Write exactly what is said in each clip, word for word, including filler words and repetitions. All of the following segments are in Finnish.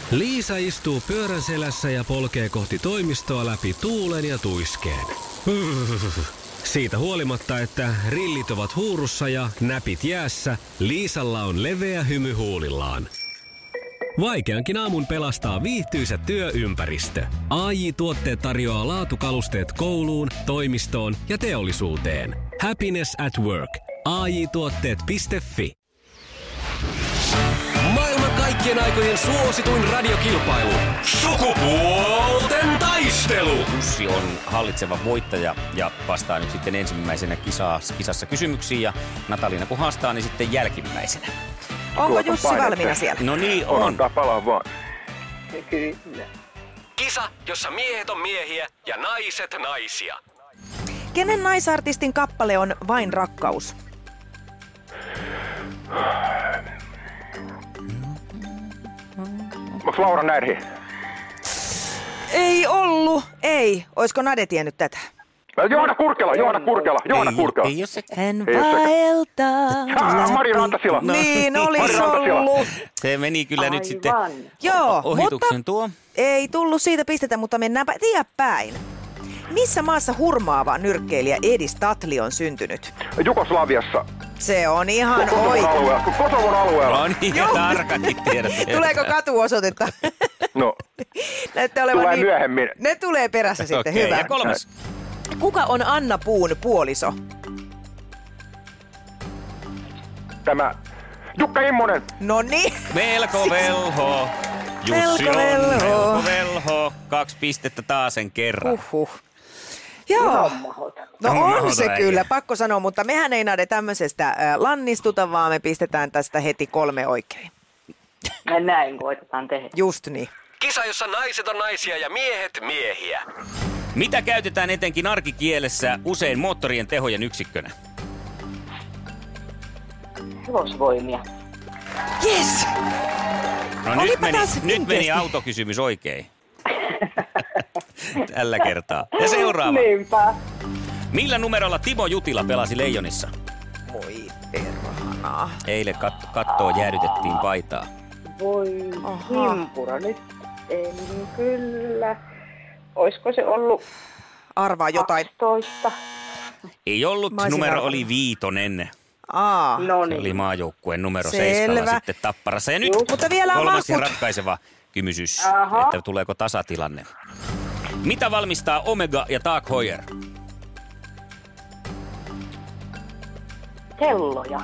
Liisa istuu pyörän selässä ja polkee kohti toimistoa läpi tuulen ja tuiskeen. Siitä huolimatta, että rillit ovat huurussa ja näpit jäässä, Liisalla on leveä hymy huulillaan. Vaikeankin aamun pelastaa viihtyisä työympäristö. A J-tuotteet tarjoaa laatukalusteet kouluun, toimistoon ja teollisuuteen. Happiness at work. A J tuotteet piste fi. Maailman kaikkien aikojen suosituin radiokilpailu. Sukupuolten taistelu! Jussi on hallitseva voittaja ja vastaa nyt sitten ensimmäisenä kisassa, kisassa kysymyksiin ja Nataliina kun haastaa, niin sitten jälkimmäisenä. Onko Jussi valmiina siellä? No niin, on. Antaa palaa vaan. Kyllä. Kisa, jossa miehet on miehiä ja naiset naisia. Kenen naisartistin kappale on Vain rakkaus? Onko Laura Närhi? Ei ollut, ei. Oisko Nade tiennyt tätä? Johanna Kurkela, Johanna Kurkela, Johanna Kurkela. Ei, ei ole se. Hän vaeltaa. Ah, Mari Rantasila. No. Niin, Mari olis Rantasila. ollut. Se meni kyllä Aivan. nyt sitten Joo, ohituksen mutta tuo. ei tullut siitä pistetä, mutta mennäänpä eteenpäin. Missä maassa hurmaava nyrkkeilijä Edi Statli on syntynyt? Jugoslaviassa. Se on ihan Kosovon oikein. alueella. Kosovon alueella. No niin, ja tarkatkin tiedät. Tuleeko katuosoitetta? No, Näyttää olevan tulee niin... myöhemmin. Ne tulee perässä sitten, Okei, hyvä. ja kolmas. Kuka on Anna Puun puoliso? Tämä Jukka Immonen. No niin. Melko velho. Jussi Melko on velho. melko velho. Kaksi pistettä taasen kerran. Uhuh. Joo. No on Mahdoton se äijä. kyllä, pakko sanoa, mutta mehän ei Nade tämmöisestä äh, lannistuta, vaan me pistetään tästä heti kolme oikein. Näin koitetaan tehdä. Just niin. Kisa, jossa naiset on naisia ja miehet miehiä. Mitä käytetään etenkin arkikielessä usein moottorien tehojen yksikkönä? Hevosvoimia. Yes! No nyt Olipa meni, taas nyt meni kiinteästi. autokysymys oikein. Tällä kertaa. Ja seuraava. Niinpä. Millä numerolla Timo Jutila pelasi Leijonissa? Voi perhana. Eilen kat- kattoon jäädytettiin paitaa. Voi Aha. himpura. Nyt en kyllä. Oisko se ollut Arvaa jotain. kaksitoista? Ei ollut, Mä olisin numero arvannut. oli viitonen. Aa. No Se oli niin. maajoukkueen numero Selvä. seiskalla sitten Tapparassa. Ja nyt Just. Mutta vielä on kolmas ja mahkut. ratkaiseva kysymys, Aha. että tuleeko tasatilanne. Mitä valmistaa Omega ja Tag Heuer? Kelloja.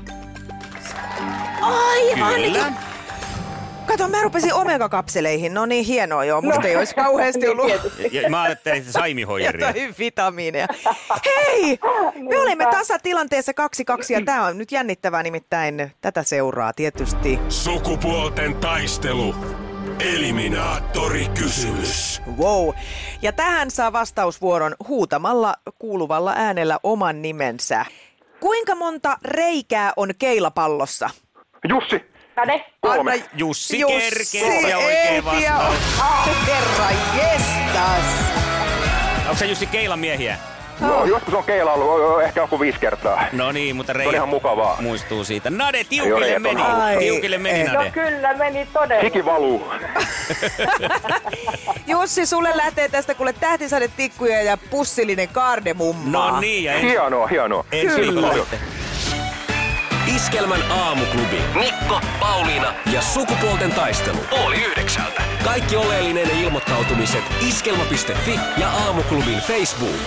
Aivan. Kyllä. Kato, mä rupesin omega-kapseleihin. No niin, hienoa joo. Musta ei olisi kauheasti ollut Ja, ja mä ajattelin, että Saimi Heueria. jotain vitamiineja. Hei! Me olemme tasatilanteessa kaksi kaksi ja tää on nyt jännittävää, nimittäin tätä seuraa tietysti. Sukupuolten taistelu. Eliminaattorikysymys. Wow. Ja tähän saa vastausvuoron huutamalla kuuluvalla äänellä oman nimensä. Kuinka monta reikää on keilapallossa? Jussi. Nade. Kolme. Anna- Jussi Jussi kerkesi ja oikein ehti ja- vastaus. Ah, herra jestas. Onko se Jussi Keilan miehiä? No, joskus on keila ollut ehkä joku viisi kertaa. No niin, mutta Se on Reija ihan mukavaa. muistuu siitä. Nade, Joo, tiukille Reija, meni. ai, Tiukille meni, ei. No Nade. kyllä meni todella. Hiki valuu. Jussi, sulle lähtee tästä kuule tähtisadetikkuja ja pussillinen kaardemummaa. No niin, ja ensi, Hienoa, hienoa. ensi Kyllä. viikolla sitten. Iskelmän aamuklubi. Mikko, Pauliina ja sukupuolten taistelu. Oli yhdeksältä. Kaikki oleellinen ilmoittautumiset iskelma piste fi ja aamuklubin Facebook.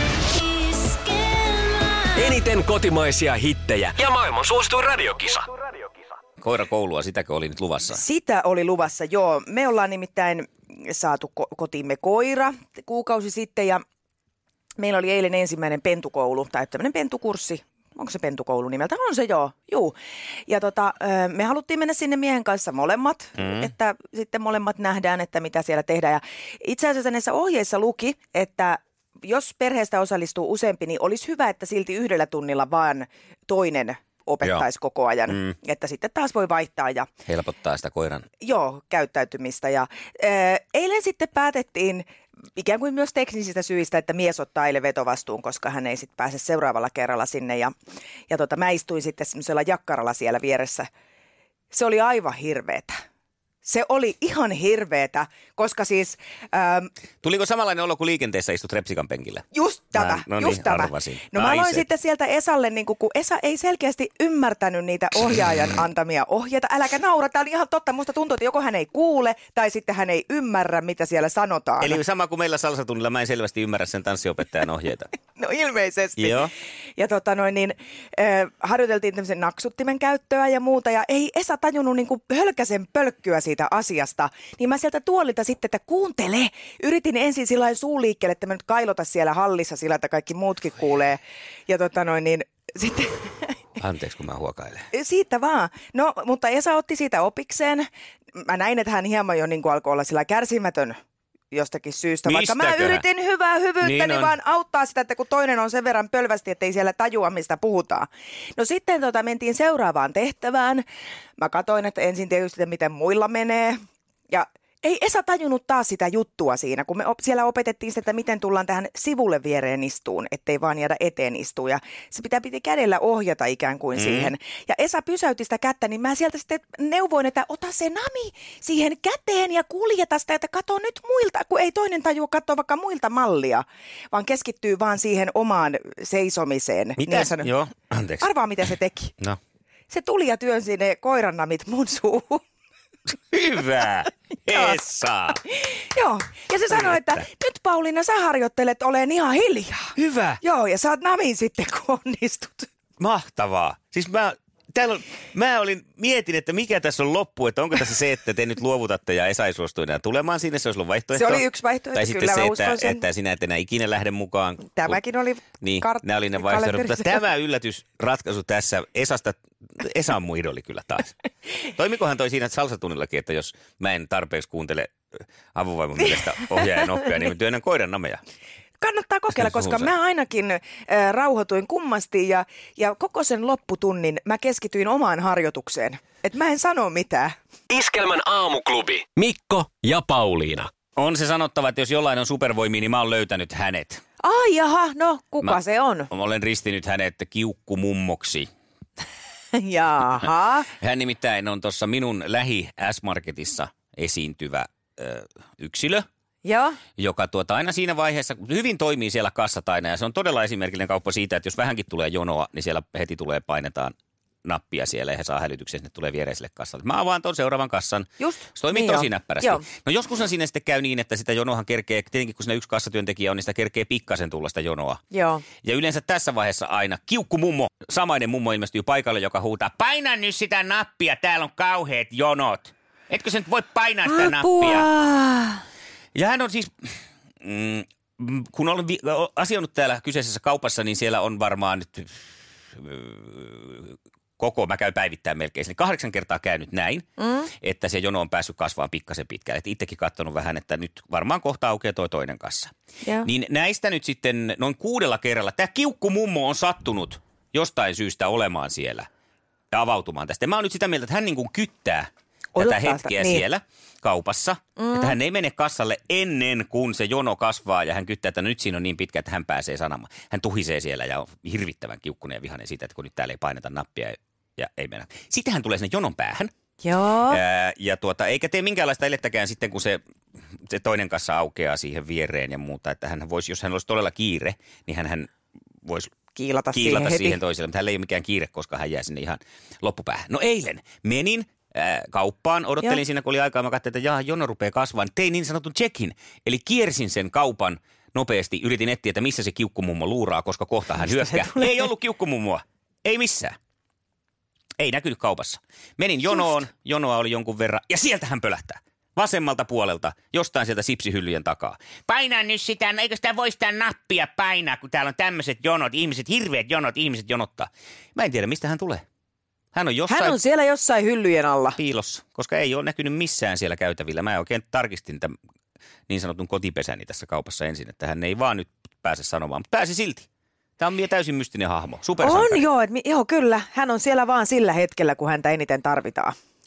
Eniten kotimaisia hittejä ja maailman suosituin radiokisa. Koirakoulua, sitäkö oli nyt luvassa? Sitä oli luvassa, joo. Me ollaan nimittäin saatu ko- kotiimme koira kuukausi sitten ja meillä oli eilen ensimmäinen pentukoulu tai tämmöinen pentukurssi. Onko se pentukoulu nimeltä? On se joo, juu. Ja tota, me haluttiin mennä sinne miehen kanssa molemmat, mm. että sitten molemmat nähdään, että mitä siellä tehdään. Ja itse asiassa näissä ohjeissa luki, että jos perheestä osallistuu useampi, niin olisi hyvä, että silti yhdellä tunnilla vaan toinen opettaisi Joo. koko ajan. Mm. Että sitten taas voi vaihtaa ja Helpottaa sitä koiran. joo, käyttäytymistä. Ja ää, eilen sitten päätettiin ikään kuin myös teknisistä syistä, että mies ottaa eilen vetovastuun, koska hän ei sitten pääse seuraavalla kerralla sinne. Ja, ja tota, mä istuin sitten semmoisella jakkaralla siellä vieressä. Se oli aivan hirveetä. Se oli ihan hirveetä, koska siis... Ähm, Tuliko samanlainen olo kuin liikenteessä istut repsikan penkillä? Just tämä, Mä, no just niin, tämä. arvasin. No mä Ai aloin se. sitten sieltä Esalle, niin kun Esa ei selkeästi ymmärtänyt niitä ohjaajan antamia ohjeita. Äläkä naura, tämä on ihan totta. Musta tuntuu, että joko hän ei kuule tai sitten hän ei ymmärrä, mitä siellä sanotaan. Eli sama kuin meillä salsatunnilla, mä en selvästi ymmärrä sen tanssiopettajan ohjeita. No ilmeisesti. Joo. Ja tota noin, niin, äh, harjoiteltiin tämmöisen naksuttimen käyttöä ja muuta. Ja ei Esa tajunnut niin kuin hölkäsen pölkkyä siitä asiasta. Niin mä sieltä tuolilta sitten, että kuuntele. Yritin ensin sillä lailla suuliikkeelle, että mä nyt kailota siellä hallissa sillä, että kaikki muutkin kuulee. Ja tota noin, niin sitten... Anteeksi, kun mä huokailen. Siitä vaan. No, mutta Esa otti siitä opikseen. Mä näin, että hän hieman jo niin kuin alkoi olla sillä kärsimätön jostakin syystä. Vaikka mä Mistäköhän? yritin hyvää hyvyyttäni Niin niin on. vaan auttaa sitä, että kun toinen on sen verran pölvästi, että ei siellä tajua, mistä puhutaan. No sitten tota, mentiin seuraavaan tehtävään. Mä katsoin, että ensin tietysti, että miten muilla menee. Ja ei Esa tajunnut taas sitä juttua siinä, kun me op- siellä opetettiin sitä, että miten tullaan tähän sivulle viereen istuun, ettei vaan jäädä eteen istuun. Ja se pitää piti kädellä ohjata ikään kuin mm. siihen. Ja Esa pysäytti sitä kättä, niin mä sieltä sitten neuvoin, että ota se nami siihen käteen ja kuljeta sitä, että kato nyt muilta, kun ei toinen tajua katsoa vaikka muilta mallia, vaan keskittyy vaan siihen omaan seisomiseen. Mitä? Niin sanon, Joo, anteeksi. arvaa, mitä se teki. No. Se tuli ja työnsi ne koirannamit mun suuhun. Hyvä! Esa! Joo, ja se sanoi, että nyt Pauliina sä harjoittelet olen ihan hiljaa. Hyvä! Joo, ja saat namin sitten, kun onnistut. Mahtavaa. Siis mä, täällä on, mä olin, mietin, että mikä tässä on loppu, että onko tässä se, että te nyt luovutatte ja Esa ei suostu enää tulemaan sinne, se olisi ollut vaihtoehto. Se oli yksi vaihtoehto, Tai sitten kyllä, se, mä että, uskon sen. että sinä et enää ikinä lähde mukaan. Tämäkin oli Niin, kart- nämä oli ne vaihtoehdot, mutta kalenterissa. tämä yllätysratkaisu tässä Esasta, Esa on mun idoli kyllä taas. Toimikohan toi siinä salsatunnillakin, että jos mä en tarpeeksi kuuntele avovaimon mielestä ohjaajan oppia, niin mä työnnän koiran nameja. Kannattaa kokeilla, koska mä ainakin äh, rauhoituin kummasti ja, ja koko sen lopputunnin mä keskityin omaan harjoitukseen. Et mä en sano mitään. Iskelmän aamuklubi. Mikko ja Pauliina. On se sanottava, että jos jollain on supervoimia, niin mä oon löytänyt hänet. Ai jaha, no kuka Mä- se on? Mä olen ristinyt hänet kiukkumummoksi. Jaha. Hän nimittäin on tuossa minun lähi S-Marketissa esiintyvä ö, yksilö, Joo. joka tuota aina siinä vaiheessa hyvin toimii siellä kassat aina. Ja se on todella esimerkillinen kauppa siitä, että jos vähänkin tulee jonoa, niin siellä heti tulee painetaan nappia siellä ja he saa hälytyksen, sinne tulee viereiselle kassalle. Mä avaan tuon seuraavan kassan. Just. Se toimii Niin tosi on. näppärästi. Joo. No joskushan siinä sitten käy niin, että sitä jonohan kerkee, tietenkin kun siinä yksi kassatyöntekijä on, niin sitä kerkee pikkasen tulla sitä jonoa. Joo. Ja yleensä tässä vaiheessa aina kiukkumummo, samainen mummo ilmestyy paikalle, joka huutaa, paina nyt sitä nappia, täällä on kauheat jonot. Etkö sä nyt voi painaa sitä nappia? Ja hän on siis, mm, kun olen vi- asioinut täällä kyseisessä kaupassa, niin siellä on varmaan nyt koko, mä käyn päivittäin melkein, eli kahdeksan kertaa käynyt näin, mm. että se jono on päässyt kasvamaan pikkasen pitkään. Et itsekin katsonut vähän, että nyt varmaan kohta aukeaa toi toinen kassa. Joo. Niin näistä nyt sitten noin kuudella kerralla, tämä kiukkumummo on sattunut jostain syystä olemaan siellä ja avautumaan tästä. Ja mä oon nyt sitä mieltä, että hän niin kuin kyttää Odottaa tätä hetkeä sitä, niin. siellä kaupassa, mm. että hän ei mene kassalle ennen kuin se jono kasvaa ja hän kyttää, että nyt siinä on niin pitkä, että hän pääsee sanomaan. Hän tuhisee siellä ja on hirvittävän kiukkunen ja vihainen siitä, että kun nyt täällä ei paineta nappia ja ei mennä. Sitten hän tulee sinne jonon päähän. Joo. Ää, ja tuota, eikä tee minkäänlaista elettäkään sitten, kun se, se toinen kassa aukeaa siihen viereen ja muuta. Että hän voisi, jos hän olisi todella kiire, niin hän, hän voisi Kiilata, kiilata siihen, siihen heti. toiselle. Mutta hänellä ei ole mikään kiire, koska hän jää sinne ihan loppupäähän. No eilen menin ää, kauppaan, odottelin Joo. siinä, kun oli aikaa. Mä katsoin, että jaa, jono rupeaa kasvamaan. Tein niin sanotun checkin, eli kiersin sen kaupan nopeasti. Yritin etsiä, että missä se kiukkumummo luuraa, koska kohta hän Mistä se hyökkää. tulee? Ei ollut kiukkumummoa. Ei missään. Ei näkynyt kaupassa. Menin jonoon, Just. jonoa oli jonkun verran ja sieltä hän pölähtää. Vasemmalta puolelta, jostain sieltä sipsihyllyjen takaa. Painaa nyt sitä, eikö sitä voi sitä nappia painaa, kun täällä on tämmöiset jonot, ihmiset, hirveät jonot, ihmiset jonottaa. Mä en tiedä, mistä hän tulee. Hän on jossain Hän on siellä jossain hyllyjen alla. piilossa, koska ei ole näkynyt missään siellä käytävillä. Mä oikein tarkistin tämän niin sanotun kotipesäni tässä kaupassa ensin, että hän ei vaan nyt pääse sanomaan, mutta pääsi silti. Tämä on mie täysin mystinen hahmo, supersankari. On joo, et, mi- joo, kyllä. Hän on siellä vaan sillä hetkellä, kun häntä eniten tarvitaan.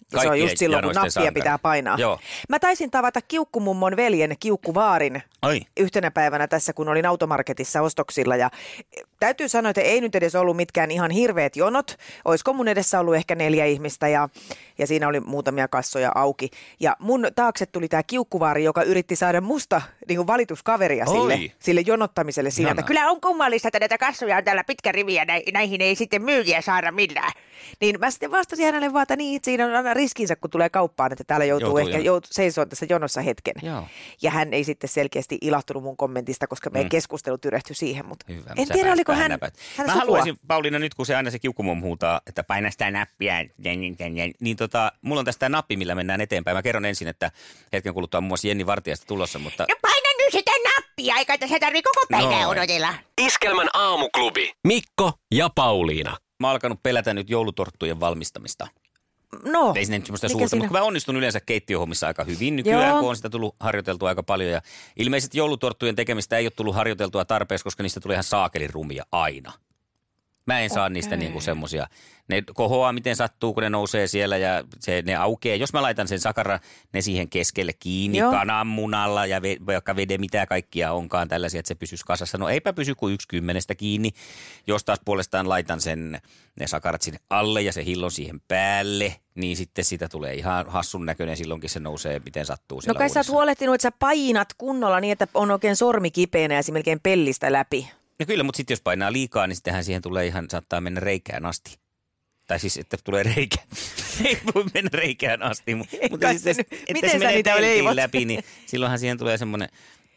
Ja se on just silloin, kun nappia sankari. pitää painaa. Joo. Mä taisin tavata Kiukkumummon veljen Kiukkuvaarin Ai. yhtenä päivänä tässä, kun olin automarketissa ostoksilla. Ja täytyy sanoa, että ei nyt edes ollut mitkään ihan hirveät jonot. Olisiko mun edessä ollut ehkä neljä ihmistä ja, ja siinä oli muutamia kassoja auki. Ja mun taakse tuli tää Kiukkuvaari, joka yritti saada musta niin kuin valituskaveria sille, sille jonottamiselle siinä, että kyllä on kummallista, että näitä kassoja on täällä pitkä rivi ja näihin ei sitten myyjiä saada millään. Niin mä sitten vastasin hänelle vaan, että niin, siinä on aina riskinsä, kun tulee kauppaan, että täällä joutuu, joutuu ehkä jout, seisoon tässä jonossa hetken. Joo. Ja hän ei sitten selkeästi ilahtunut mun kommentista, koska meidän mm. keskustelu tyrehtyi siihen, mutta hyvä, en tiedä, oliko hän, hän Mä haluaisin, Pauliina, nyt kun se aina se Kiukkumum huutaa, että paina sitä nappia, niin tota, mulla on tästä nappi, millä mennään eteenpäin. Mä kerron ensin, että hetken kuluttua muun muassa Jenni Vartijasta tulossa, mutta... No paina nyt sitä nappia, eikä tässä tarvitse koko päivää no. odotella. Iskelmän aamuklubi. Mikko ja Pauliina. Mä oon alkanut pelätä nyt joulutorttujen valmistamista. No, ei sinne semmoista suurta, siinä? Mutta mä onnistun yleensä keittiöhommissa aika hyvin nykyään, Joo. kun on sitä tullut harjoiteltua aika paljon. Ja ilmeisesti joulutorttujen tekemistä ei ole tullut harjoiteltua tarpeeksi, koska niistä tulee ihan saakelin rumia aina. Mä en saa okay. niistä niinku semmosia. Ne kohoaa miten sattuu, kun ne nousee siellä ja se, ne aukeaa. Jos mä laitan sen sakara, ne siihen keskelle kiinni Joo. kananmunalla ja ve, vaikka vede, mitä kaikkia onkaan tällaisia, että se pysyisi kasassa. No eipä pysy kuin yksi kymmenestä kiinni. Jos taas puolestaan laitan sen, ne sakarat sinne alle ja se hillon siihen päälle, niin sitten siitä tulee ihan hassun näköinen. Silloinkin se nousee, miten sattuu siellä No kai uudessa. sä oot huolehtinut, että sä painat kunnolla niin, että on oikein sormi kipeänä ja se melkein pellistä läpi. No kyllä, mutta sitten jos painaa liikaa, niin sittenhän siihen tulee ihan, saattaa mennä reikään asti. Tai siis, että tulee reikä. Ei voi mennä reikään asti, mutta, mutta siis, nyt, että miten se sä menee niitä leivot? läpi, niin silloinhan siihen tulee semmoinen...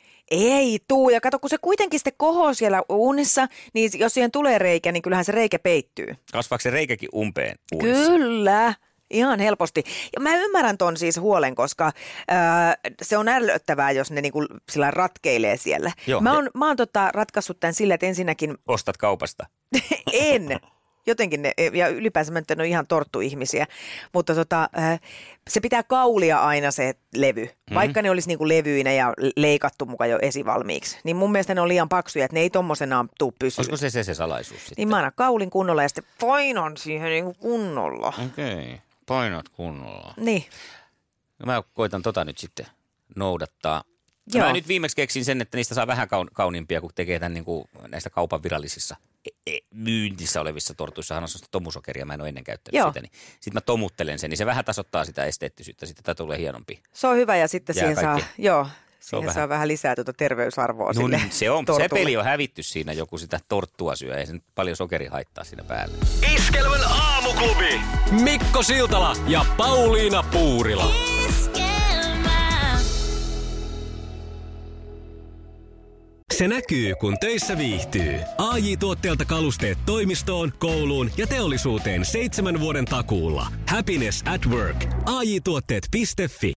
Ei tuu, ja kato, kun se kuitenkin sitten kohoo siellä uunissa, niin jos siihen tulee reikä, niin kyllähän se reikä peittyy. Kasvaako se reikäkin umpeen uunissa? Kyllä. Ihan helposti. Ja mä ymmärrän ton siis huolen, koska ää, se on ällöttävää, jos ne niinku sillä ratkeilee siellä. Joo, mä oon, mä oon tota ratkaissut tämän sillä, että ensinnäkin... Ostat kaupasta? En. Jotenkin ne, ja ylipäänsä mä nyt en ole ihan torttuihmisiä, mutta tota, ää, se pitää kaulia aina se levy. Mm-hmm. Vaikka ne olisi niinku levyinä ja leikattu mukaan jo esivalmiiksi, niin mun mielestä ne on liian paksuja, että ne ei tommosenaan tuu pysyä. Olisiko se se, se salaisuus sitten? Niin mä aina kaulin kunnolla ja sitten painan siihen niinku kunnolla. Okei. Okay. Painat kunnolla. Niin. Mä koitan tota nyt sitten noudattaa. Joo. Mä nyt viimeksi keksin sen, että niistä saa vähän kauniimpia, kun tekee tämän niin kuin näistä kaupan virallisissa e- e- myyntissä olevissa tortuissahan on sellaista tomusokeria, mä en ole ennen käyttänyt Joo. sitä. Niin sitten mä tomuttelen sen, niin se vähän tasoittaa sitä esteettisyyttä, sitten tämä tulee hienompi. Se on hyvä ja sitten Jää siihen kaikki. saa, joo, siihen vähän. saa vähän lisää tuota terveysarvoa no, sille niin, se, on, tortulle. se peli on hävitty siinä, joku sitä torttua syö, ei se nyt paljon sokeri haittaa siinä päälle. Iskelmän aamuklubi. Mikko Siltala ja Pauliina Puurila. Se näkyy, kun töissä viihtyy. A J-tuotteelta kalusteet toimistoon, kouluun ja teollisuuteen seitsemän vuoden takuulla. Happiness at work. A J tuotteet piste fi